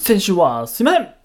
先週はすいません。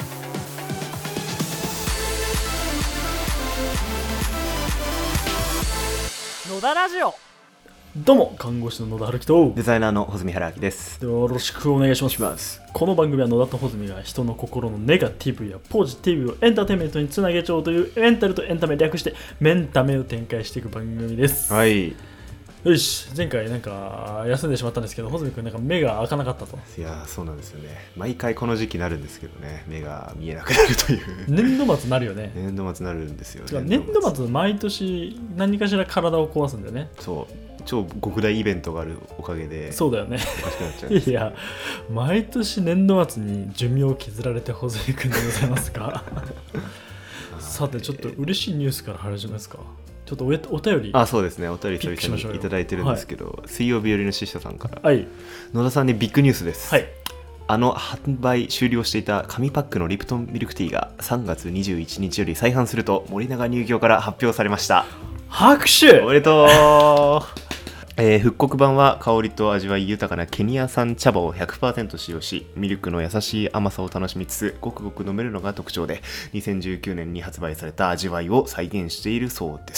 野田ラジオ。どうも看護師の野田春樹とデザイナーの穂積原明です。 よろしくお願いします。この番組は野田と穂積が人の心のネガティブやポジティブをエンターテインメントにつなげちゃおうというメンタルとエンタメ略してメンタメを展開していく番組です。 はい。 よし、前回なんか休んでしまったんですけど、穂積君なんか目が開かなかったと。 いやそうなんですよね。毎回この時期なるんですけどね、目が見えなくなるという年度末なるよね。 年度末なるんですよ。 年度末毎年何かしら体を壊すんだよね。 そう超極大イベントがあるおかげでそうだよね。 おかしくなっちゃうんです。 いや毎年年度末に寿命を削られて穂積君でございますかさてちょっと嬉しいニュースから始めますか。ちょっとお便りそうですね、お便り久々にいただいてるんですけど、水曜日よりのししさんから、 はい、 野田さんにビッグニュースです。 はい、 販売終了していた紙パックのリプトンミルクティーが3月21日より再販すると森永乳業から発表されました。 拍手。 おめでとう復刻版は香りと味わい豊かなケニア産茶葉を 100% 使用し、ミルクの優しい甘さを楽しみつつごくごく飲めるのが特徴で、2019年に発売された味わいを再現しているそうです。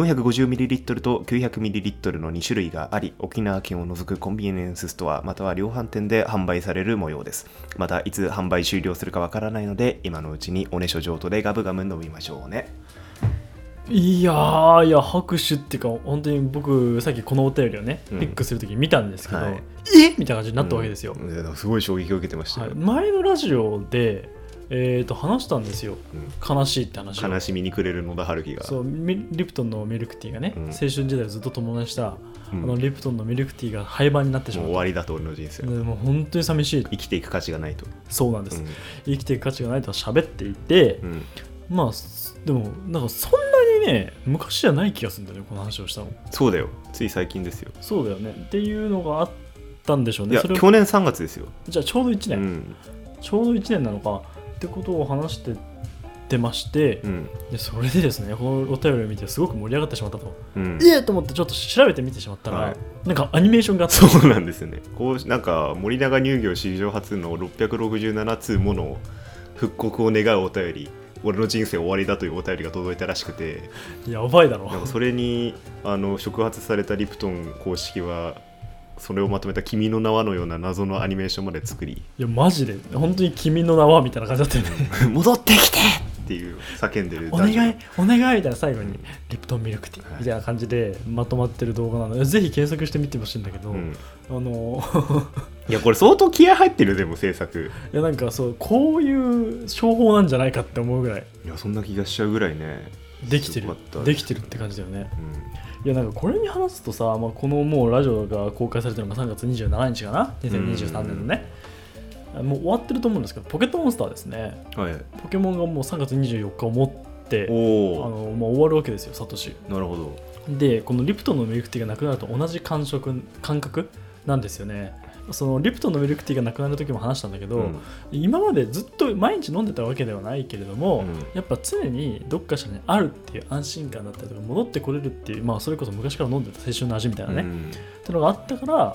450ml と 900ml の2種類があり、沖縄県を除くコンビニエンスストアまたは量販店で販売される模様です。またいつ販売終了するかわからないので、今のうちにおねしょ上等でガブガブ飲みましょうね。 いや拍手っていうか、本当に僕さっきこのお便りをね、ピックするときに見たんですけど、 はい、 みたいな感じになったわけですよ。 すごい衝撃を受けてましたよ。 はい、前のラジオで話したんですよ、悲しいって話を。 悲しみにくれる野田春樹が、 そうリプトンのミルクティーがね、青春時代をずっと共にした、リプトンのミルクティーが廃盤になってしまった。 もう終わりだと俺の人生。 もう本当に寂しい。 生きていく価値がないと。 そうなんです、生きていく価値がないと喋っていて、まあでもなんかそんなにね昔じゃない気がするんだよね、この話をしたの。 そうだよ、つい最近ですよ。 そうだよねっていうのがあったんでしょうね。 いや去年3月ですよ。 じゃあちょうど1年、ちょうど1年なのかってことを話して出まして、でそれでですね、このお便りを見てすごく盛り上がってしまったと、と思ってちょっと調べてみてしまったら、なんかアニメーションがあった。 そうなんですよね。こうなんか森永乳業史上初の667通もの復刻を願うお便り、俺の人生終わりだというお便りが届いたらしくて、 やばいだろ。 なんかそれに触発されたリプトン公式はそれをまとめた君の名はのような謎のアニメーションまで作り、 いやマジで本当に君の名はみたいな感じだったよね戻ってきてっていう叫んでるお願いお願いみたいな、最後にリプトンミルクティーみたいな感じでまとまってる動画なので、ぜひ検索してみてほしいんだけど、 いやこれ相当気合入ってる。でも制作、 いやなんかそうこういう商法なんじゃないかって思うぐらい、 いやそんな気がしちゃうぐらいね、 できてるって感じだよね。いやなんかこれに話すとさ、このもうラジオが公開されてるのが3月27日かな、2023年のね、もう終わってると思うんですけど、ポケットモンスターですね、ポケモンがもう3月24日をもって終わるわけですよ、サトシ。 なるほど。 でこのリプトンのミルクティーがなくなると同じ感覚なんですよね。そのリプトンのミルクティーがなくなる時も話したんだけど、今までずっと毎日飲んでたわけではないけれども、やっぱ常にどっかしらにあるっていう安心感だったりとか、戻ってこれるっていう、それこそ昔から飲んでた青春の味みたいなね、ってのがあったから、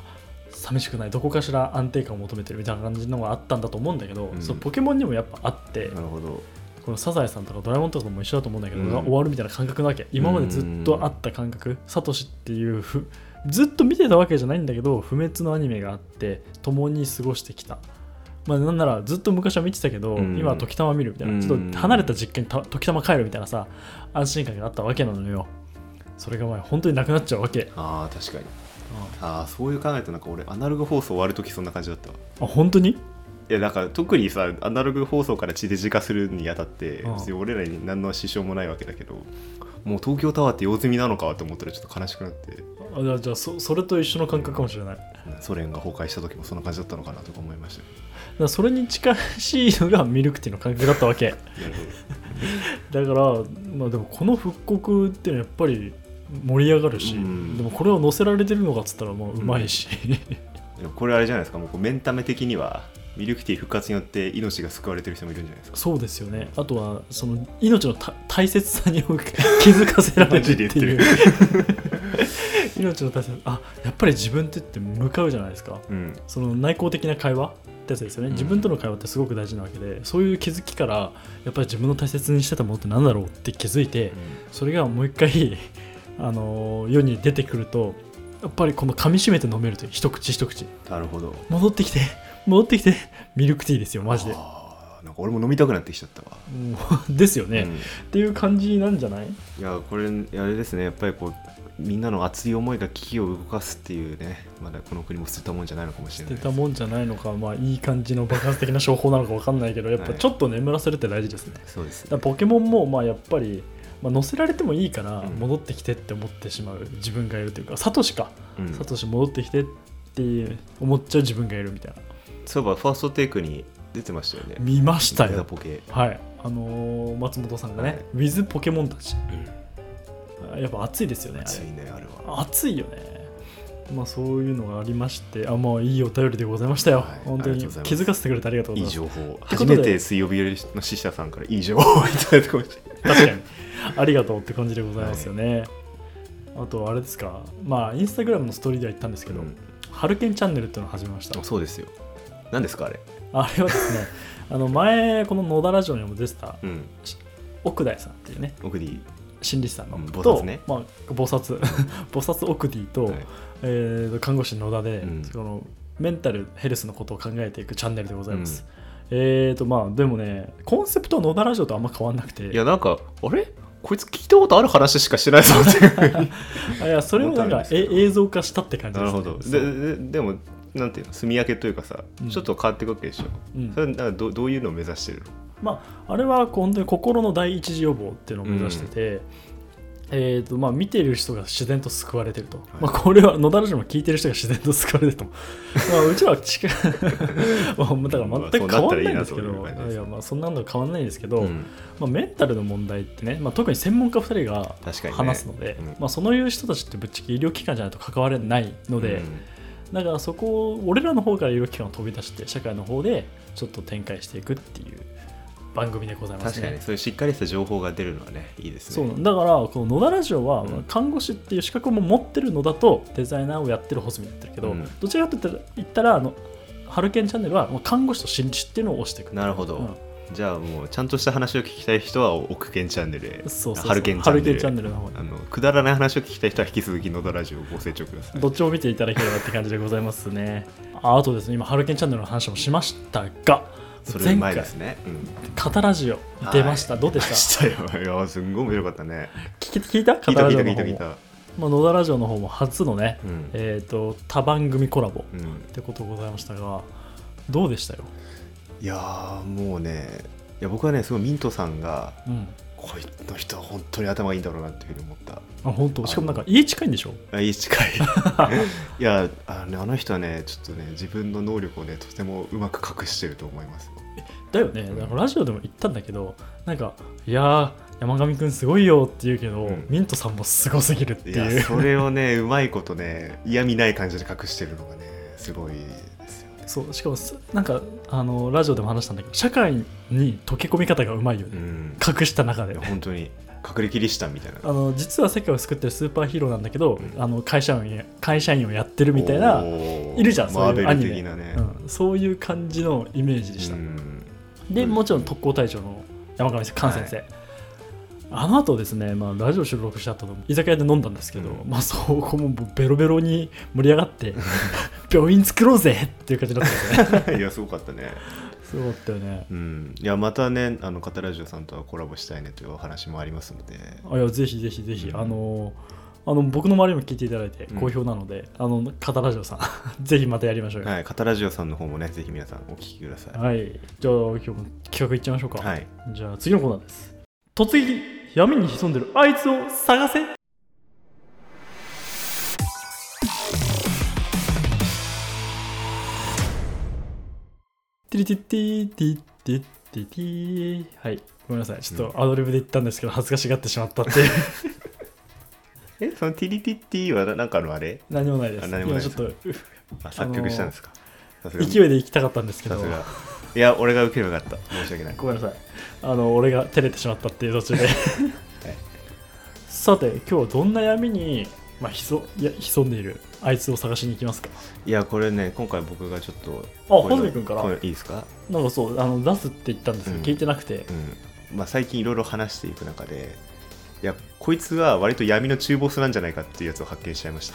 寂しくない、どこかしら安定感を求めてるみたいな感じのがあったんだと思うんだけど、そのポケモンにもやっぱあって、 なるほど。 このサザエさんとかドラえもんとかも一緒だと思うんだけど、終わるみたいな感覚なわけ。今までずっとあった感覚、サトシっていうずっと見てたわけじゃないんだけど、不滅のアニメがあって共に過ごしてきた。なんならずっと昔は見てたけど、今は時たま見るみたいな、ちょっと離れた実家に時たま帰るみたいなさ、安心感があったわけなのよ。それが本当になくなっちゃうわけ。 確かに。そういう考えるとなんか俺アナログ放送終わるときそんな感じだったわ。 本当に？ いやだから特にさ、アナログ放送から地デジ化するにあたって別に俺らに何の支障もないわけだけど、もう東京タワーって用済みなのかと思ったらちょっと悲しくなって、 じゃあそれと一緒の感覚かもしれない。 ソ連が崩壊した時もそんな感じだったのかなとか思いました。 だからそれに近しいのがミルクティーの感覚だったわけだから、でもこの復刻っていうのはやっぱり盛り上がるし、でもこれを載せられてるのかっつったらもううまいし、 これあれじゃないですか、もうメンタメ的にはミルクティー復活によって命が救われてる人もいるんじゃないですか。 そうですよね。あとはその命の大切さに気づかせられるっていう命の大切さ、やっぱり自分って向かうじゃないですか、その内向的な会話ってやつですよね。自分との会話ってすごく大事なわけで、そういう気づきからやっぱり自分の大切にしてたものって何だろうって気づいて、それがもう一回世に出てくると、やっぱりこの噛み締めて飲めるという、一口一口。 なるほど。 戻ってきてミルクティーですよマジで。 なんか俺も飲みたくなってきちゃったわ。 ですよね、っていう感じなんじゃない？ いやこれあれですね、やっぱりこうみんなの熱い思いが危機を動かすっていうね、まだこの国も捨てたもんじゃないのかもしれない。 捨てたもんじゃないのか、いい感じの爆発的な商法なのか分かんないけど、やっぱちょっと眠らせるって大事ですね。 そうですね。 だからポケモンもやっぱり乗せられてもいいから戻ってきてって思ってしまう自分がいるというか、サトシ戻ってきてって思っちゃう自分がいるみたいな。 そういえばファーストテイクに出てましたよね。 見ましたよ。 ポケ、 はい、松本さんがね、ウィズポケモンたち、やっぱ熱いですよね。 熱いね、あれは熱いよね。そういうのがありまして、いいお便りでございましたよ、本当に気づかせてくれてありがとうございます。 いい情報、初めて水曜日の死者さんからいい情報をいただいたかもしれない。 確かにありがとうって感じでございますよね。あとあれですか、インスタグラムのストーリーでは言ったんですけど、ハルケンチャンネルっていうのを始めました。 そうですよ。何ですかあれはですね前この野田ラジオにも出てた、奥大さんっていうね、 奥ディ心理師さんの菩薩ね、 菩薩奥ディと、看護師野田で、そのメンタルヘルスのことを考えていくチャンネルでございます。でもね、コンセプトは野田ラジオとあんま変わんなくて、 いやなんかあれこいつ聞いたことある話しかしてないぞっていやそれをなんか映像化したって感じです、ね。 なるほど。でもなんていうの、住み分けというかさ、ちょっと変わっていくわけでしょ。それなんかどういうのを目指してるの？ あれは本当に心の第一次予防っていうのを目指してて、見ている人が自然と救われてると、これは野田ラジオも聞いてる人が自然と救われてるとうちらはだから全く変わらないんですけど、そんなの変わらないんですけど、メンタルの問題ってね、特に専門家2人が話すので、そういう人たちってぶっちゃけ医療機関じゃないと関われないので、だからそこを俺らの方から医療機関を飛び出して社会の方でちょっと展開していくっていう番組でございますね。 確かにそういうしっかりした情報が出るのはね、いいですね。 そうだからこの野田ラジオは看護師っていう資格も持ってるのだとデザイナーをやってるホスミやってるけど、どちらかと言ったらハルケンチャンネルは看護師と心理師っていうのを推していく。 なるほど、じゃあもうちゃんとした話を聞きたい人は奥ケンチャンネルへ、ハルケンチャンネルの方に、くだらない話を聞きたい人は引き続き野田ラジオをご清聴ください。 どっちも見ていただければって感じでございますね。あとですね、今ハルケンチャンネルの話もしましたが、 それ前ですね、 カタラジオ出ました。どうでした？ いやすんごい面白かったね。 聞いたカタラジオの方も。 聞いた。 野田ラジオの方も初のね、多番組コラボってことございましたが、どうでしたよ？ いやもうね、僕はねすごいミントさんが、この人は本当に頭がいいんだろうなっていうふうに思った。 本当？しかもなんか家近いんでしょ？ 家近いいやあの人はねちょっとね自分の能力をねとてもうまく隠してると思います。 だよね、ラジオでも言ったんだけど、なんかいや山上くんすごいよって言うけど、ミントさんもすごすぎるっていう。 いやそれをねうまいことね嫌味ない感じで隠してるのがねすごいですよね。 そうしかもなんかラジオでも話したんだけど、社会に溶け込み方がうまいよね、隠した中で。 本当に隠れキリシタンみたいな。 実は世界を救ってるスーパーヒーローなんだけど、会社員をやってるみたいな、いるじゃん、そういうアニメ、そういう感じのイメージでした。でもちろん特攻隊長の山上寛先生、あの後ですね、ラジオ収録した後居酒屋で飲んだんですけど、そこもベロベロに盛り上がって病院作ろうぜっていう感じだったんですね。 いやすごかったね。 すごかったよね。 いやまたねカタラジオさんとはコラボしたいねというお話もありますので、 いやぜひぜひぜひ、僕の周りも聞いていただいて好評なので、カタラジオさんぜひまたやりましょうよ。 はい、カタラジオさんの方もねぜひ皆さんお聞きください。 はい、じゃあ今日も企画いっちゃいましょうか。 はい、 じゃあ次のコーナーです。突撃闇に潜んでるあいつを探せ。ティリティティティティティティ。はい、ごめんなさい、ちょっとアドリブで言ったんですけど恥ずかしがってしまったってそのティリティティはなんかあれ？ 何もないです。 何もないです。 今ちょっと作曲したんですか？ 勢いで行きたかったんですけど、 さすがいや俺が受ければよかった、申し訳ない。 ごめんなさい、俺が照れてしまったっていう途中で、はい、さて今日はどんな闇に、潜んでいるあいつを探しに行きますか。 いやこれね、今回僕がちょっと穂積君からこれいいですか。 なんかそう出すって言ったんですけど、聞いてなくて、 最近いろいろ話していく中で、いやこいつは割と闇の中ボスなんじゃないかっていうやつを発見しちゃいました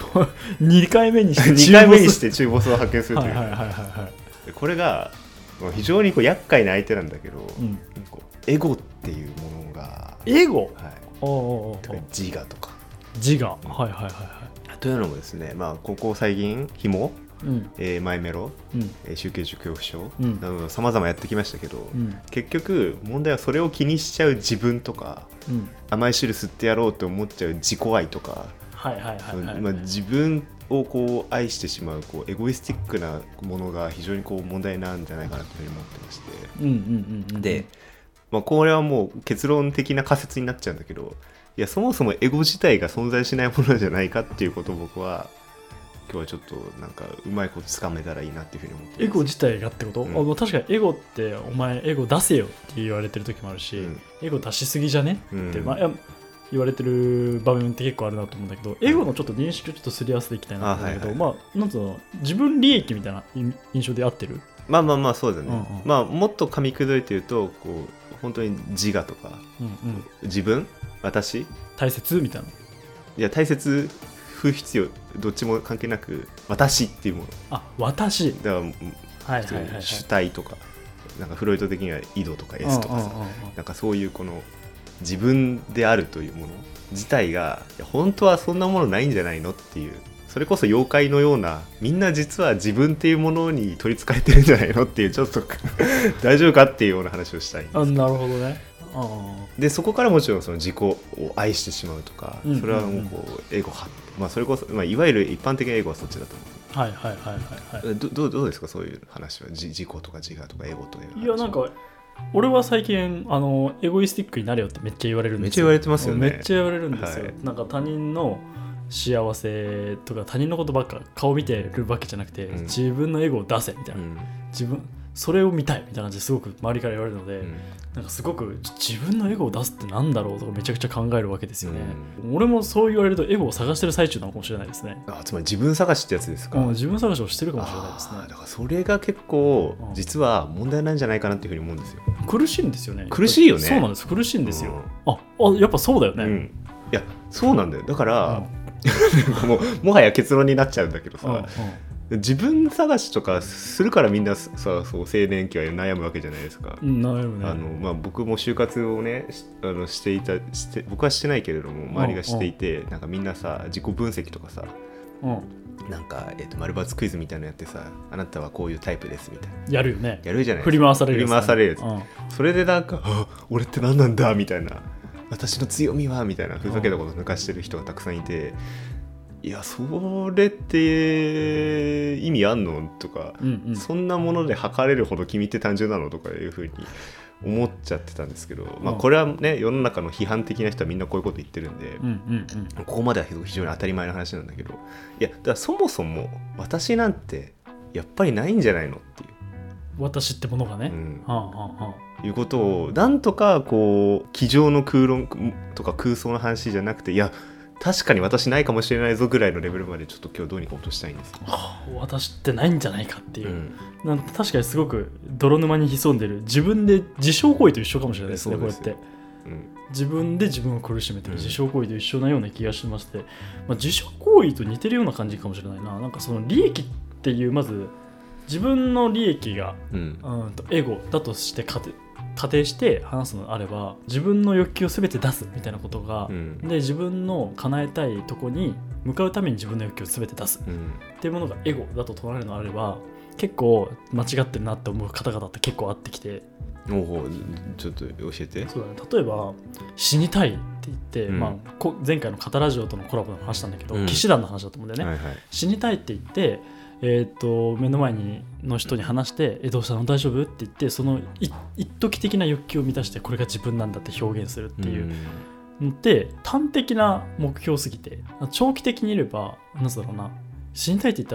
2回目にして 2回目にして中ボスを発見するという、これが非常に厄介な相手なんだけど、エゴっていうものが、 エゴ、 自我とか自我、 というのもですね、ここ最近紐、マイメロ、集計塾恐怖症などさまざまやってきましたけど、結局問題はそれを気にしちゃう自分とか、甘い汁吸ってやろうと思っちゃう自己愛とか、自分をこう愛してしまうエゴイスティックなものが非常に問題なんじゃないかなというふうに思ってまして、で、これはもう結論的な仮説になっちゃうんだけど、いやそもそもエゴ自体が存在しないものじゃないかっていうことを僕は今日はちょっとなんかうまいことつかめたらいいなっていうふうに思ってます。 エゴ自体がってこと、確かにエゴってお前エゴ出せよって言われてる時もあるし、エゴ出しすぎじゃねって、言われてる場面って結構あるなと思うんだけど、エゴのちょっと認識をちょっとすり合わせていきたいなと思うんだけど、なんつうの、自分利益みたいな印象で合ってる。 そうだね、もっと噛み砕いて言うと本当に自我とか、自分、私大切みたいな。 いや大切不必要どっちも関係なく私っていうもの。 私だから主体とか、なんかフロイト的には井戸とか S とかさ、なんかそういう自分であるというもの自体が本当はそんなものないんじゃないのっていう、それこそ妖怪のような、みんな実は自分っていうものに取りつかれてるんじゃないのっていう、ちょっと大丈夫かっていうような話をしたいんです。 なるほどね。 でそこからもちろんその自己を愛してしまうとか、それはもうエゴ派、それこそ、いわゆる一般的なエゴはそっちだと思う。どうですか、そういう話は。自己とか自我とかエゴという話。 いやなんか俺は最近エゴイスティックになれよってめっちゃ言われるんですよ。 めっちゃ言われてますよね。 めっちゃ言われるんですよ、なんか他人の幸せとか他人のことばっか顔見てるわけじゃなくて、自分のエゴを出せみたいな、それを見たいみたいな感じですごく周りから言われるので、なんかすごく自分のエゴを出すってなんだろうとかめちゃくちゃ考えるわけですよね、俺もそう言われるとエゴを探してる最中なのかもしれないですね。 つまり自分探しってやつですか。 自分探しをしてるかもしれないですね。 だからそれが結構実は問題なんじゃないかなっていうふうに思うんですよ。 苦しいんですよね。 苦しいよね。 そうなんです、苦しいんですよ、やっぱそうだよね、 いやそうなんだよ。だから、もはや結論になっちゃうんだけどさ、自分探しとかするからみんなさ、そう青年期は悩むわけじゃないですか。 悩むね。 僕も就活をねして僕はしてないけれども周りがしていて、なんかみんなさ自己分析とかさ、なんか、丸×クイズみたいなのやってさ、あなたはこういうタイプですみたいなやるよね。 やるじゃないですか。 振り回されるやつ、 振り回されるやつ、それでなんか俺って何なんだみたいな、私の強みはみたいなふざけたこと抜かしてる人がたくさんいて、いやそれって意味あんのとか、そんなもので測れるほど君って単純なのとかいうふうに思っちゃってたんですけど、これはね世の中の批判的な人はみんなこういうこと言ってるんで、ここまでは非常に当たり前の話なんだけど、いやだからそもそも私なんてやっぱりないんじゃないのっていう、 私ってものがね、 いうことをなんとか机上の空論とか空想の話じゃなくて、いや確かに私ないかもしれないぞぐらいのレベルまでちょっと今日どうにか落としたいんですよ。 私ってないんじゃないかっていう、なんか確かにすごく泥沼に潜んでる自分で自傷行為と一緒かもしれないですね。こうやって、自分で自分を苦しめてる自傷行為と一緒なような気がしまして、自傷行為と似てるような感じかもしれないな。なんかその利益っていう、まず自分の利益が、エゴだとして仮定して話すのであれば、自分の欲求を全て出すみたいなことが、で自分の叶えたいとこに向かうために自分の欲求を全て出す、っていうものがエゴだと捉えるのであれば、結構間違ってるなって思う方々って結構あってきて、 ちょっと教えて。 そうだね、例えば死にたいって言って、前回のカタラジオとのコラボで話したんだけど、騎士団の話だと思うんだよね、死にたいって言って目の前の人に話してどうしたの大丈夫って言って、その一時的な欲求を満たしてこれが自分なんだって表現するっていうのって端的な目標すぎて、長期的にいればなんだろうな、死にたいって言ったら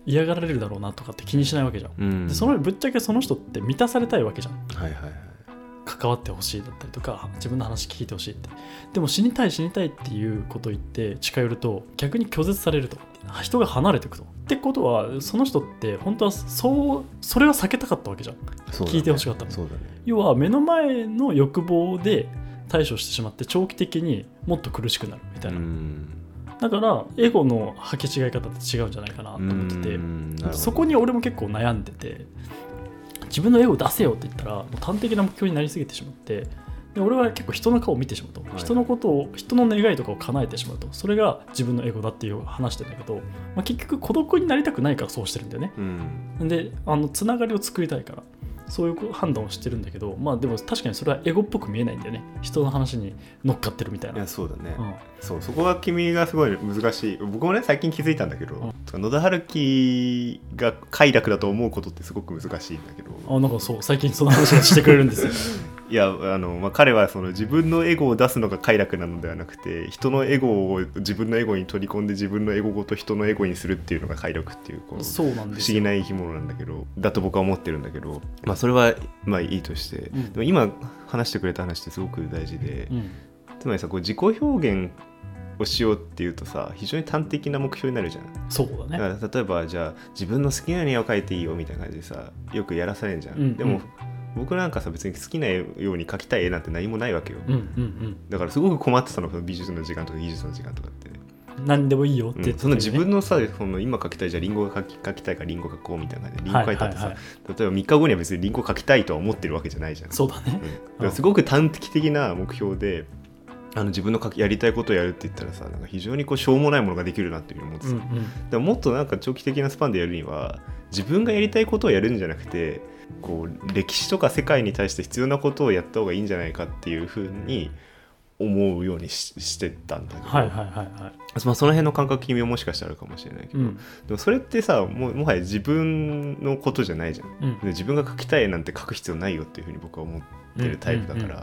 嫌がられるだろうなとかって気にしないわけじゃん、でぶっちゃけその人って満たされたいわけじゃん、 はいはいはい、 関わってほしいだったりとか自分の話聞いてほしいって。でも死にたいっていうことを言って近寄ると逆に拒絶されると、人が離れていくと。ってことはその人って本当はそれは避けたかったわけじゃん、聞いてほしかったの。 そうだね。 要は目の前の欲望で対処してしまって長期的にもっと苦しくなるみたいな。だからエゴの履き違い方って違うんじゃないかなと思ってて、そこに俺も結構悩んでて、自分のエゴを出せよって言ったらもう端的な目標になりすぎてしまって、で俺は結構人の顔を見てしまうと、はい、人のことを人の願いとかを叶えてしまうと、それが自分のエゴだっていう話してるんだけど、結局孤独になりたくないからそうしてるんだよね、でつながりを作りたいからそういう判断をしてるんだけど、でも確かにそれはエゴっぽく見えないんだよね、人の話に乗っかってるみたいな。 いやそうだね、そこは君がすごい難しい。僕もね最近気づいたんだけど、野田春樹が快楽だと思うことってすごく難しいんだけど、 なんかそう最近その話をしてくれるんですよいや彼はその自分のエゴを出すのが快楽なのではなくて、人のエゴを自分のエゴに取り込んで自分のエゴごと人のエゴにするっていうのが快楽っていう、 そうなんですよ、 不思議な生き物なんだけど、だと僕は思ってるんだけど、それはいいとして、でも今話してくれた話ってすごく大事で、つまりさ自己表現をしようっていうとさ非常に端的な目標になるじゃん。 そうだね。 だから例えばじゃあ自分の好きなように絵を描いていいよみたいな感じでさよくやらされるじゃん、でも僕なんかさ別に好きなように描きたい絵なんて何もないわけよ、だからすごく困ってたの、美術の時間とか技術の時間とかって、 何でもいいよって言ってたよね、 その自分のさ今描きたいじゃあリンゴが描きたいからリンゴ描こうみたいな感じでリンゴ描いたってさ、例えば3日後には別にリンゴ描きたいとは思ってるわけじゃないじゃん。 そうだね、 だからすごく短期的な目標で自分のやりたいことをやるって言ったらさなんか非常にしょうもないものができるなっていうふうに思ってた、でももっとなんか長期的なスパンでやるには自分がやりたいことをやるんじゃなくて歴史とか世界に対して必要なことをやった方がいいんじゃないかっていうふうに思うようにしてたんだけど、その辺の感覚君はもしかしたらあるかもしれないけど、でもそれってさもはや自分のことじゃないじゃん、で自分が描きたい絵なんて描く必要ないよっていうふうに僕は思ってるタイプだから、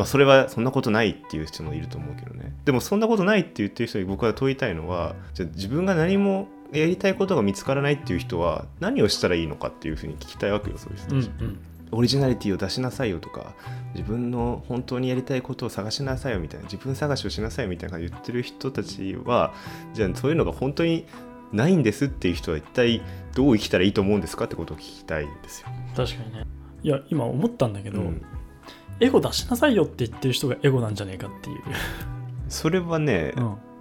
それはそんなことないっていう人もいると思うけどね。でもそんなことないって言ってる人に僕は問いたいのは、じゃあ自分が何もやりたいことが見つからないっていう人は何をしたらいいのかっていうふうに聞きたいわけよ、そういう人たち、オリジナリティを出しなさいよとか自分の本当にやりたいことを探しなさいよみたいな、自分探しをしなさいよみたいな言ってる人たちは、じゃあそういうのが本当にないんですっていう人は一体どう生きたらいいと思うんですかってことを聞きたいんですよ。 確かにね。いや今思ったんだけど、エゴ出しなさいよって言ってる人がエゴなんじゃねえかっていうそれはね、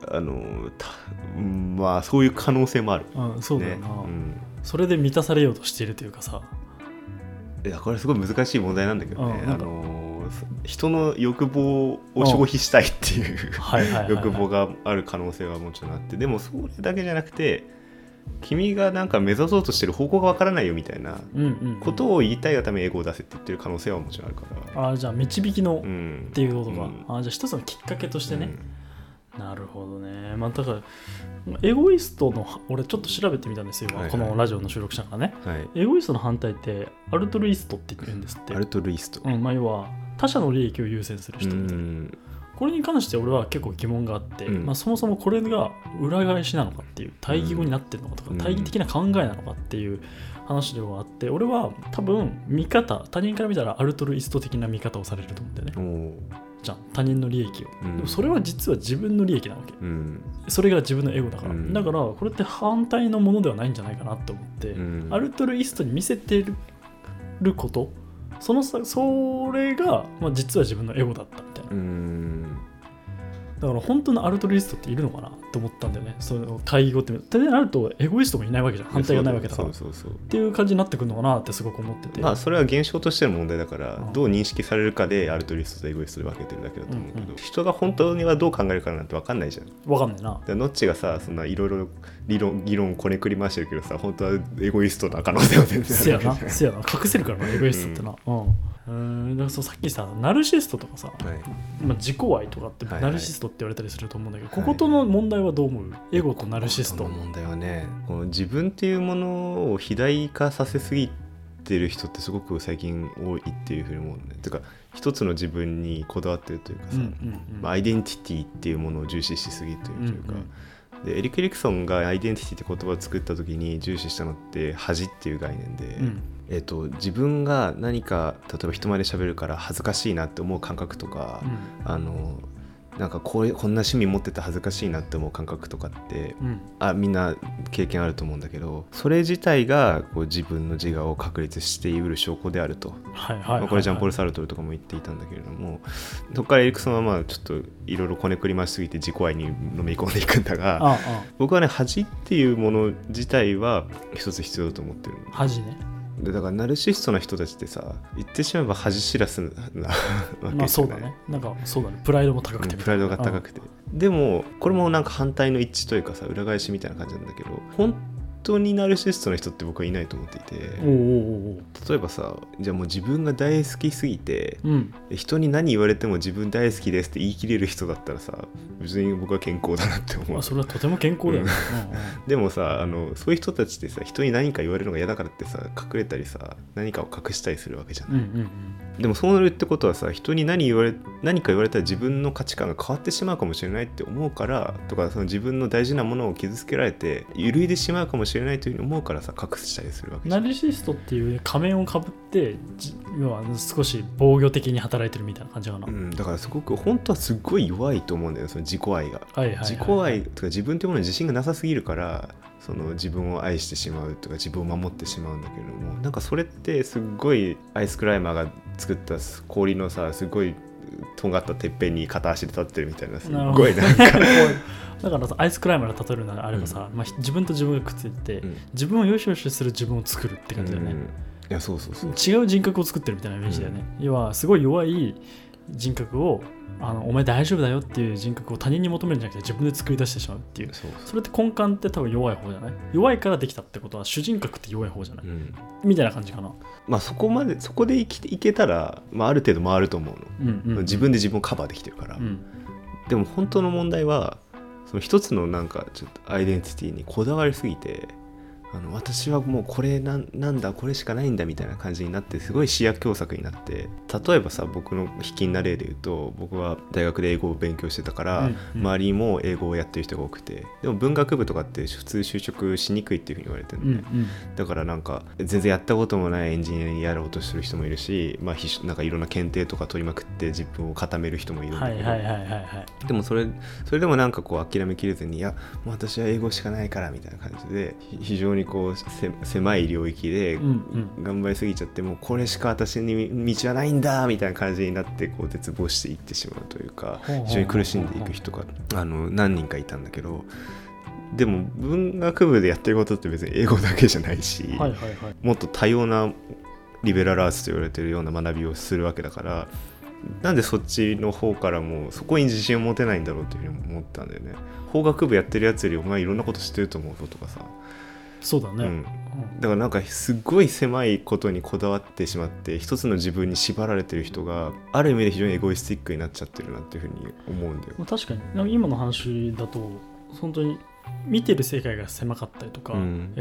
そういう可能性もある、 そうだよな、それで満たされようとしているというかさ、 いやこれすごい難しい問題なんだけどね、人の欲望を消費したいっていう欲望がある可能性はもちろんあって、でもそれだけじゃなくて君がなんか目指そうとしてる方向がわからないよみたいなことを言いたいがためにエゴを出せって言ってる可能性はもちろんあるから、 じゃあ導きのっていうことか、じゃあ一つのきっかけとしてね、なるほどね。だからエゴイストの俺ちょっと調べてみたんですよ、このラジオの収録者からね、エゴイストの反対ってアルトルイストって言うんですって。 アルトルイスト、 要は他者の利益を優先する人みたいな。これに関して俺は結構疑問があって、そもそもこれが裏返しなのかっていう、対義語になってるのかとか、対義的な考えなのかっていう話ではあって、俺は多分他人から見たらアルトルイスト的な見方をされると思うんだよね。じゃん、他人の利益を、でもそれは実は自分の利益なわけ、それが自分のエゴだから、だからこれって反対のものではないんじゃないかなと思って、アルトルイストに見せてることそれが、実は自分のエゴだったみたいな、だから本当のアルトルイストっているのかなと思ったんだよね。その対義語ってってなるとエゴイストもいないわけじゃん、反対がないわけだから、っていう感じになってくるのかなってすごく思ってて、 それは現象としての問題だから、どう認識されるかでアルトルイストとエゴイストで分けてるだけだと思うけど、人が本当にはどう考えるかなんて分かんないじゃん。 分かんないな。 ノッチがさそんないろいろ議論こねくり回してるけどさ、本当はエゴイストな可能性は全然あるわけ。 せやな隠せるからなエゴイストってな。だからさっきさナルシストとかさ、自己愛とかってナルシストって言われたりすると思うんだけど、こことの問題はどう思う？エゴとナルシストの問題はね、この自分っていうものを肥大化させすぎてる人ってすごく最近多いっていうふうに思うね。てか一つの自分にこだわってるというかさ、アイデンティティっていうものを重視しすぎというか、 でエリック・エリクソンがアイデンティティって言葉を作った時に重視したのって恥っていう概念で、自分が何か例えば人前で喋るから恥ずかしいなって思う感覚とか、なんかこんな趣味持ってて恥ずかしいなって思う感覚とかって、みんな経験あると思うんだけど、それ自体がこう自分の自我を確立している証拠であると、これジャンポール・サルトルとかも言っていたんだけれども、そこからエリクソンはまあちょっといろいろこねくり回しすぎて自己愛にのめり込んでいくんだが、僕はね恥っていうもの自体は一つ必要だと思ってる。 恥ね。 でだからナルシストな人たちってさ、言ってしまえば恥知らずなわけじゃない。 まあそうだね。なんかそうだね。プライドも高くて、 プライドが高くて。でもこれもなんか反対の一致というかさ、裏返しみたいな感じなんだけど、本当にナルシストな人って僕はいないと思っていて、例えばさ、じゃあもう自分が大好きすぎて、人に何言われても自分大好きですって言い切れる人だったらさ、別に僕は健康だなって思う。 それはとても健康だよね。 でもさ、そういう人たちってさ、人に何か言われるのが嫌だからってさ、隠れたりさ、何かを隠したりするわけじゃない。でもそうなるってことはさ、人に何か言われたら自分の価値観が変わってしまうかもしれないって思うからとか、その自分の大事なものを傷つけられて揺るいでしまうかもしれないというふうに思うからさ、隠したりするわけじゃん。 ナルシストっていう仮面をかぶって要は少し防御的に働いてるみたいな感じかな。 だからすごく本当はすごい弱いと思うんだよ、その自己愛が。自己愛とか自分というものに自信がなさすぎるから、その自分を愛してしまうとか自分を守ってしまうんだけれども、なんかそれってすっごいアイスクライマーが作った氷のさ、すごいとんがったてっぺんに片足で立ってるみたいな、すごいなんかだからさ、アイスクライマーで例えるならあればさ、自分と自分がくっついて、自分をよしよしする自分を作るって感じだよね。 いやそう違う人格を作ってるみたいなイメージだよね。要はすごい弱い人格をお前大丈夫だよっていう人格を他人に求めるんじゃなくて自分で作り出してしまうっていう。それって根幹って多分弱い方じゃない？弱いからできたってことは主人格って弱い方じゃない、みたいな感じかな。 まあそこでいけたら、ある程度回ると思うの、自分で自分をカバーできてるから、でも本当の問題はその一つのなんかちょっとアイデンティティにこだわりすぎて、私はもうこれなんだこれしかないんだみたいな感じになって、すごい視野狭窄になって、例えばさ、僕の卑近な例で言うと、僕は大学で英語を勉強してたから、周りも英語をやってる人が多くて、でも文学部とかって普通就職しにくいっていうふうに言われてるのね、だからなんか全然やったこともないエンジニアにやろうとする人もいるし、なんかいろんな検定とか取りまくって自分を固める人もいるんだけど、でもそれでもなんかこう諦めきれずに、いやもう私は英語しかないからみたいな感じで、非常にこう狭い領域で頑張りすぎちゃって、もうこれしか私に道はないんだみたいな感じになって、こう絶望していってしまうというか、非常に苦しんでいく人が何人かいたんだけど、でも文学部でやってることって別に英語だけじゃないし、もっと多様なリベラルアーツと言われてるような学びをするわけだから、なんでそっちの方からもそこに自信を持てないんだろうというふうに思ったんだよね。法学部やってるやつよりお前いろんなこと知ってると思うぞとかさ。 そうだね、 だからなんかすごい狭いことにこだわってしまって、一つの自分に縛られてる人がある意味で非常にエゴイスティックになっちゃってるなっていうふうに思うんだよ。 確かに今の話だと本当に見てる世界が狭かったりとか、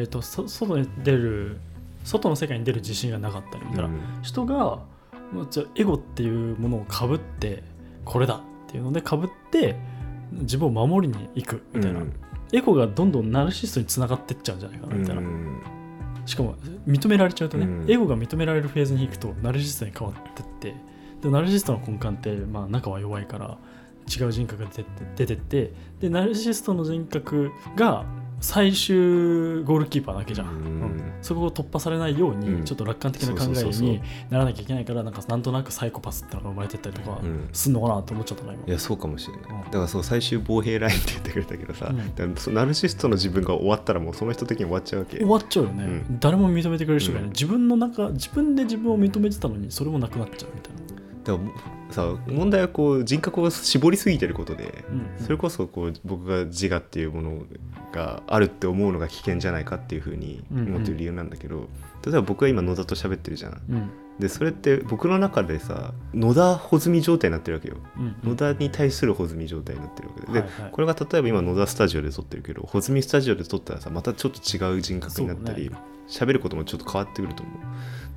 外の世界に出る自信がなかったりみたいな、人がじゃエゴっていうものをかぶって、これだっていうのでかぶって自分を守りに行くみたいな、エゴがどんどんナルシストにつながってっちゃうんじゃないかなみたいな、しかも認められちゃうとね、エゴが認められるフェーズに行くとナルシストに変わってって、でナルシストの根幹って中は弱いから違う人格が出てって、でナルシストの人格が最終ゴールキーパーなわけじゃん、そこを突破されないように、ちょっと楽観的な考えにならなきゃいけないから、なんとなくサイコパスってのが生まれてったりとかすんのかなと思っちゃったな今。 いやそうかもしれない、だからそう最終防兵ラインって言ってくれたけどさ、ナルシストの自分が終わったらもうその人的に終わっちゃうわけ。 終わっちゃうよね、誰も認めてくれる人がいない、自分で自分を認めてたのにそれもなくなっちゃうみたいな。 だからさ、問題はこう人格を絞りすぎてることで、それこそこう僕が自我っていうものがあるって思うのが危険じゃないかっていうふうに思ってる理由なんだけど、例えば僕は今野田と喋ってるじゃん、でそれって僕の中でさ、野田穂積状態になってるわけよ、野田に対する穂積状態になってるわけで、これが例えば今野田スタジオで撮ってるけど、穂積スタジオで撮ったらさ、またちょっと違う人格になったり、喋ることもちょっと変わってくると思う。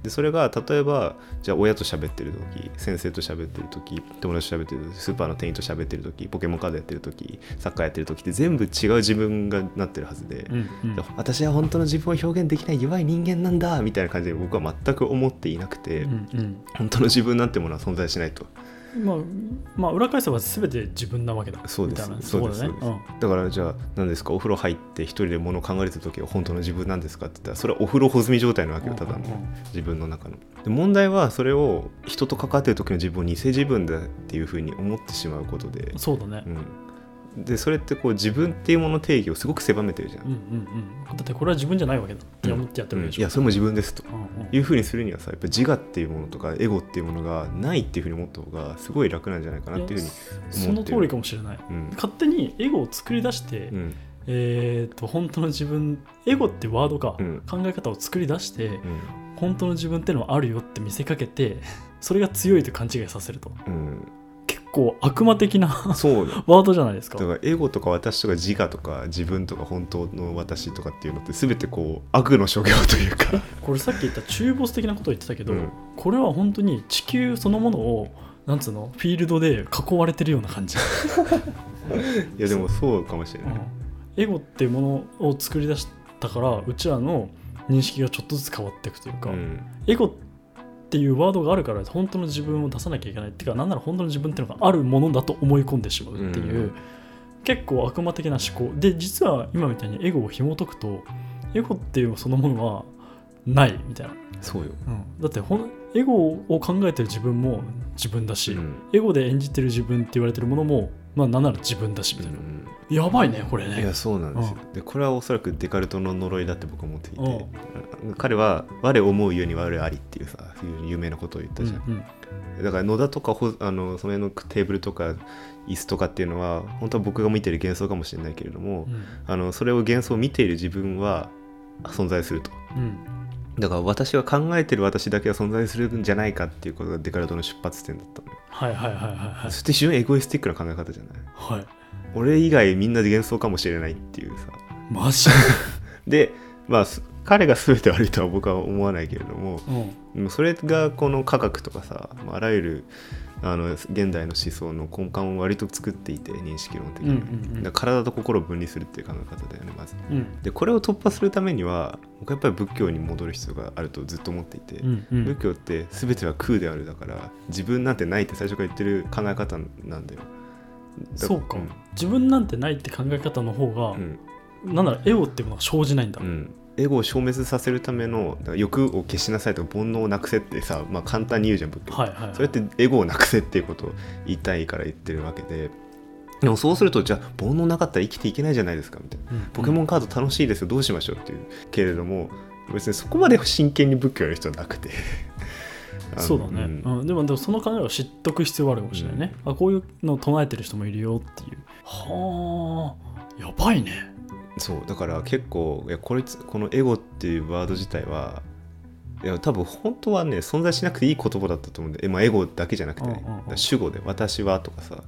でそれが例えばじゃあ親と喋ってる時、先生と喋ってる時、友達と喋ってる時、スーパーの店員と喋ってる時、ポケモンカードやってる時、サッカーやってる時って全部違う自分がなってるはずで、私は本当の自分を表現できない弱い人間なんだみたいな感じで僕は全く思っていなくて、本当の自分なんてものは存在しないと。 まあ裏返せば全て自分なわけだ。 そうです、そうです、だからじゃあ何ですか、お風呂入って一人で物を考えてる時は本当の自分なんですかって言ったら、それはお風呂穂積状態なわけよ、ただの自分の中の。で問題はそれを人と関わってる時の自分を偽自分だっていうふうに思ってしまうことで。 そうだね、 でそれってこう自分っていうものの定義をすごく狭めてるじゃん。 だってこれは自分じゃないわけだって思ってやってるわけでしょ。 いやそれも自分ですというふうにするにはさ、やっぱ自我っていうものとかエゴっていうものがないっていうふうに思った方がすごい楽なんじゃないかなっていうふうに思ってる。 その通りかもしれない、勝手にエゴを作り出して、本当の自分、エゴってワードか、考え方を作り出して、本当の自分ってのはあるよって見せかけて、それが強いと勘違いさせると、結構悪魔的なそうワードじゃないですか。 だからエゴとか私とか自我とか自分とか本当の私とかっていうのって全てこう悪の所業というかこれさっき言った中ボス的なことを言ってたけど、これは本当に地球そのものをなんつうのフィールドで囲われてるような感じいやでもそうかもしれない、 エゴっていうものを作り出したからうちらの認識がちょっとずつ変わっていくというか、エゴっていうワードがあるから本当の自分を出さなきゃいけないっていうか、なんなら本当の自分っていうのがあるものだと思い込んでしまうっていう、結構悪魔的な思考で、実は今みたいにエゴを紐解くとエゴっていうそのものはないみたいな。 そうよ、 だってエゴを考えてる自分も自分だし、エゴで演じてる自分って言われてるものもなんなら自分だしみたいな、やばいねこれね。 いやそうなんですよ、でこれはおそらくデカルトの呪いだって僕は思っていて、彼は我思うように我ありっていうさ、いう有名なことを言ったじゃん、だから野田とかその辺のテーブルとか椅子とかっていうのは本当は僕が見ている幻想かもしれないけれども、それを幻想を見ている自分は存在すると、だから私は考えてる私だけは存在するんじゃないかっていうことがデカルトの出発点だったのよ。そして非常にエゴイスティックな考え方じゃない、俺以外みんなで幻想かもしれないっていうさ。 マジでまあ彼が全て悪いとは僕は思わないけれども、それがこの科学とかさ、あらゆる現代の思想の根幹を割と作っていて、認識論的に、だから体と心を分離するっていう考え方だよねまず、でこれを突破するためには僕はやっぱり仏教に戻る必要があるとずっと思っていて、仏教って全ては空であるだから自分なんてないって最初から言ってる考え方なんだよ。 そうか、自分なんてないって考え方の方が、なんならエゴっていうものが生じないんだ、エゴを消滅させるための欲を消しなさいとか煩悩をなくせってさ、簡単に言うじゃん仏教、それってエゴをなくせっていうことを言いたいから言ってるわけで、でもそうするとじゃあ煩悩なかったら生きていけないじゃないですかみたいな、ポケモンカード楽しいですよどうしましょうっていうけれども、別にそこまで真剣に仏教やる人はなくてそうだね、でもその考えを知っとく必要があるかもしれないね、こういうのを唱えてる人もいるよっていう。はあ、やばいね。 そうだから結構このエゴっていうワード自体は多分本当はね存在しなくていい言葉だったと思うんで、エゴだけじゃなくて、ね、主語で私はとかさ、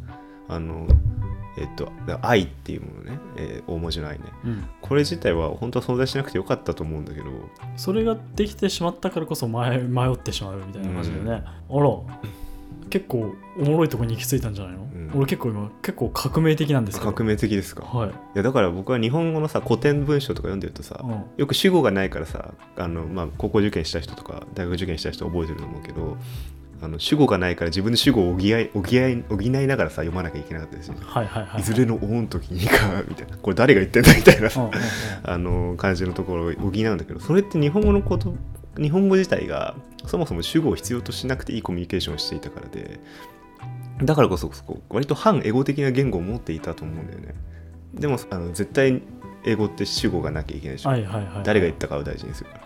愛っていうものね、大文字の愛ね、これ自体は本当は存在しなくてよかったと思うんだけど、 それができてしまったからこそ迷ってしまうみたいな感じでね、あら結構おもろいところに行き着いたんじゃないの、俺結構革命的なんですけど。 革命的ですか、いやだから僕は日本語のさ古典文章とか読んでるとさ、よく主語がないからさ高校受験した人とか大学受験した人覚えてると思うけど、主語がないから自分の主語を補いながらさ読まなきゃいけなかったですよ、いずれの王の時にかみたいな、これ誰が言ってんだみたいな感じのところを補うんだけど、それって日本語自体がそもそも主語を必要としなくていいコミュニケーションをしていたからで、だからこそ割と反エゴ的な言語を持っていたと思うんだよね。でも絶対英語って主語がなきゃいけないし、誰が言ったかを大事にするから、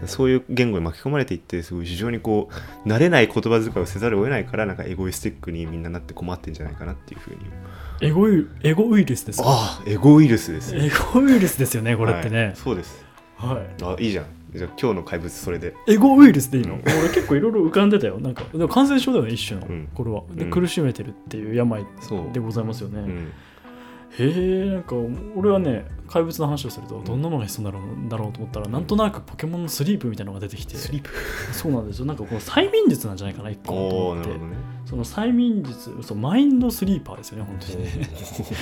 そういう言語に巻き込まれていって、すごい非常にこう慣れない言葉遣いをせざるを得ないから、なんかエゴイスティックにみんななって困ってんじゃないかなっていうふうに。エゴウイルスですか。 エゴウイルスですよ。 エゴウイルスですよねこれってね、 そうです、いいじゃん。じゃあ今日の怪物それでエゴウイルスでいいの、俺結構いろいろ浮かんでたよ。なんかでも感染症だよね一種の、これはで苦しめてるっていう病でございますよね、 へえ、なんか俺はね怪物の話をするとどんなものが必要だろうと思ったら、なんとなくポケモンのスリープみたいなのが出てきて、 スリープそうなんですよ。なんかこの催眠術なんじゃないかな一個とおー、 思って、 なるほどね。 その催眠術、そうマインドスリーパーですよね本当にね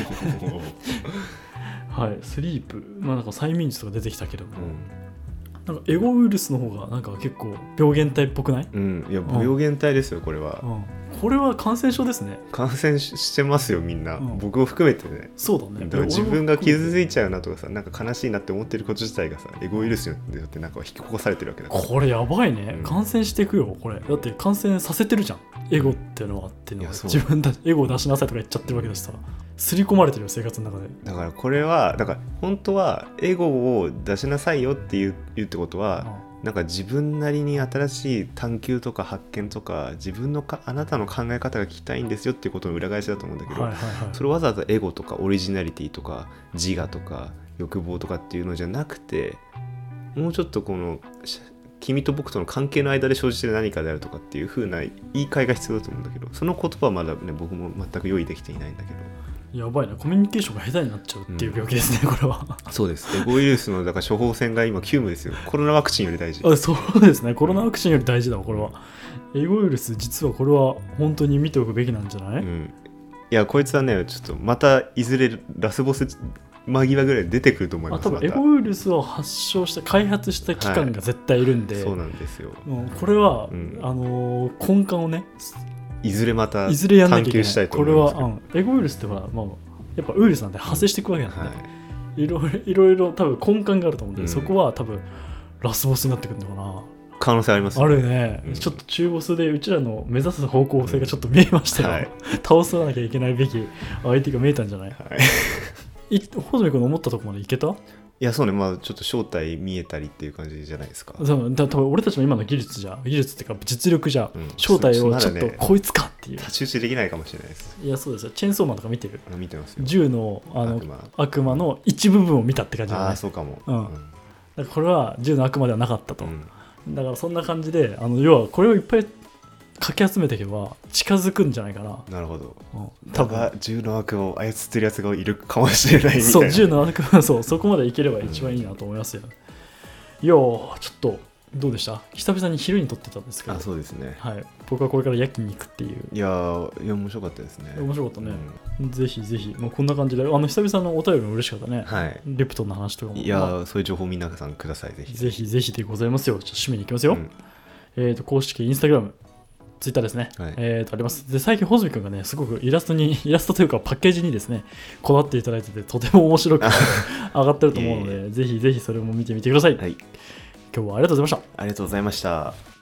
はい、スリープ、まあなんか催眠術が出てきたけども、なんかエゴウイルスの方がなんか結構病原体っぽくない？ うん、いや病原体ですよこれは、 これは感染症ですね。 感染してますよみんな、僕も含めてね。 そうだね。 だから自分が傷ついちゃうなとかさ、なんか悲しいなって思ってること自体がさ、エゴウイルスによってなんか引き起こされてるわけだから。 これやばいね、感染していくよこれ。だって感染させてるじゃん、エゴっていうのはっていうのは、自分だエゴを出しなさいとか言っちゃってるわけだしさ、刷り込まれてるよ生活の中で。 だからこれはだから本当はエゴを出しなさいよって言うってことは、なんか自分なりに新しい探求とか発見とか自分のあなたの考え方が聞きたいんですよっていうことの裏返しだと思うんだけど、それわざわざエゴとかオリジナリティとか自我とか欲望とかっていうのじゃなくて、もうちょっとこの君と僕との関係の間で生じている何かであるとかっていう風な言い換えが必要だと思うんだけど、その言葉はまだね僕も全く用意できていないんだけど。 やばいな、コミュニケーションが下手になっちゃうっていう病気ですね、これは。 そうです。エゴウイルスのだから処方箋が今急務ですよ。コロナワクチンより大事。 そうですね、コロナワクチンより大事だわこれは。エゴウイルス実はこれは本当に見ておくべきなんじゃない？ いやこいつはねちょっとまたいずれラスボス間際ぐらい出てくると思います。 多分エゴウイルスを発症した開発した機関が絶対いるんで、 そうなんですよ。 これは、根幹をねいずれまたやんなきゃいけない。 したいと思います。 これは、エゴウイルスってほら、やっぱウイルスなんで派生していくわけなんで、いろいろ多分根幹があると思うんで、そこは多分ラスボスになってくるのかな。 可能性ありますね。 あるね、ちょっと中ボスでうちらの目指す方向性がちょっと見えましたよ、倒さなきゃいけないべき相手が見えたんじゃない？穂積君の思ったところまでいけた？ いやそうね、まあちょっと正体見えたりっていう感じじゃないですか。 多分俺たちの今の技術っていうか実力じゃ、正体をちょっとこいつかっていう、 太刀打ちできないかもしれないです。 いやそうですよ。チェーンソーマンとか見てる？ 見てますよ。 銃の悪魔の一部分を見たって感じだね。 そうかも。 だからこれは銃の悪魔ではなかったと、だからそんな感じで要はこれをいっぱいかき集めていけば近づくんじゃないかな。 なるほど。 多分銃の悪を操ってるやつがいるかもしれないみたいな。 そう、銃の悪はそこまでいければ一番いいなと思いますよ。いやちょっとどうでした？久々に昼に撮ってたんですけど。 そうですね。 はい。僕はこれから焼きに行くっていう。 いや面白かったですね。 面白かったね。ぜひぜひ、こんな感じで久々のお便りも嬉しかったね。 はい。 リプトンの話とかも。 いやそういう情報皆さんくださいぜひ。 ぜひぜひでございますよ。じゃあ締めに行きますよ。公式インスタグラム。ツイッターですね、あります。で最近穂積君がねすごくイラストというかパッケージにですねこだわっていただいててとても面白く上がってると思うのでぜひぜひそれも見てみてください。今日はありがとうございました。 ありがとうございました。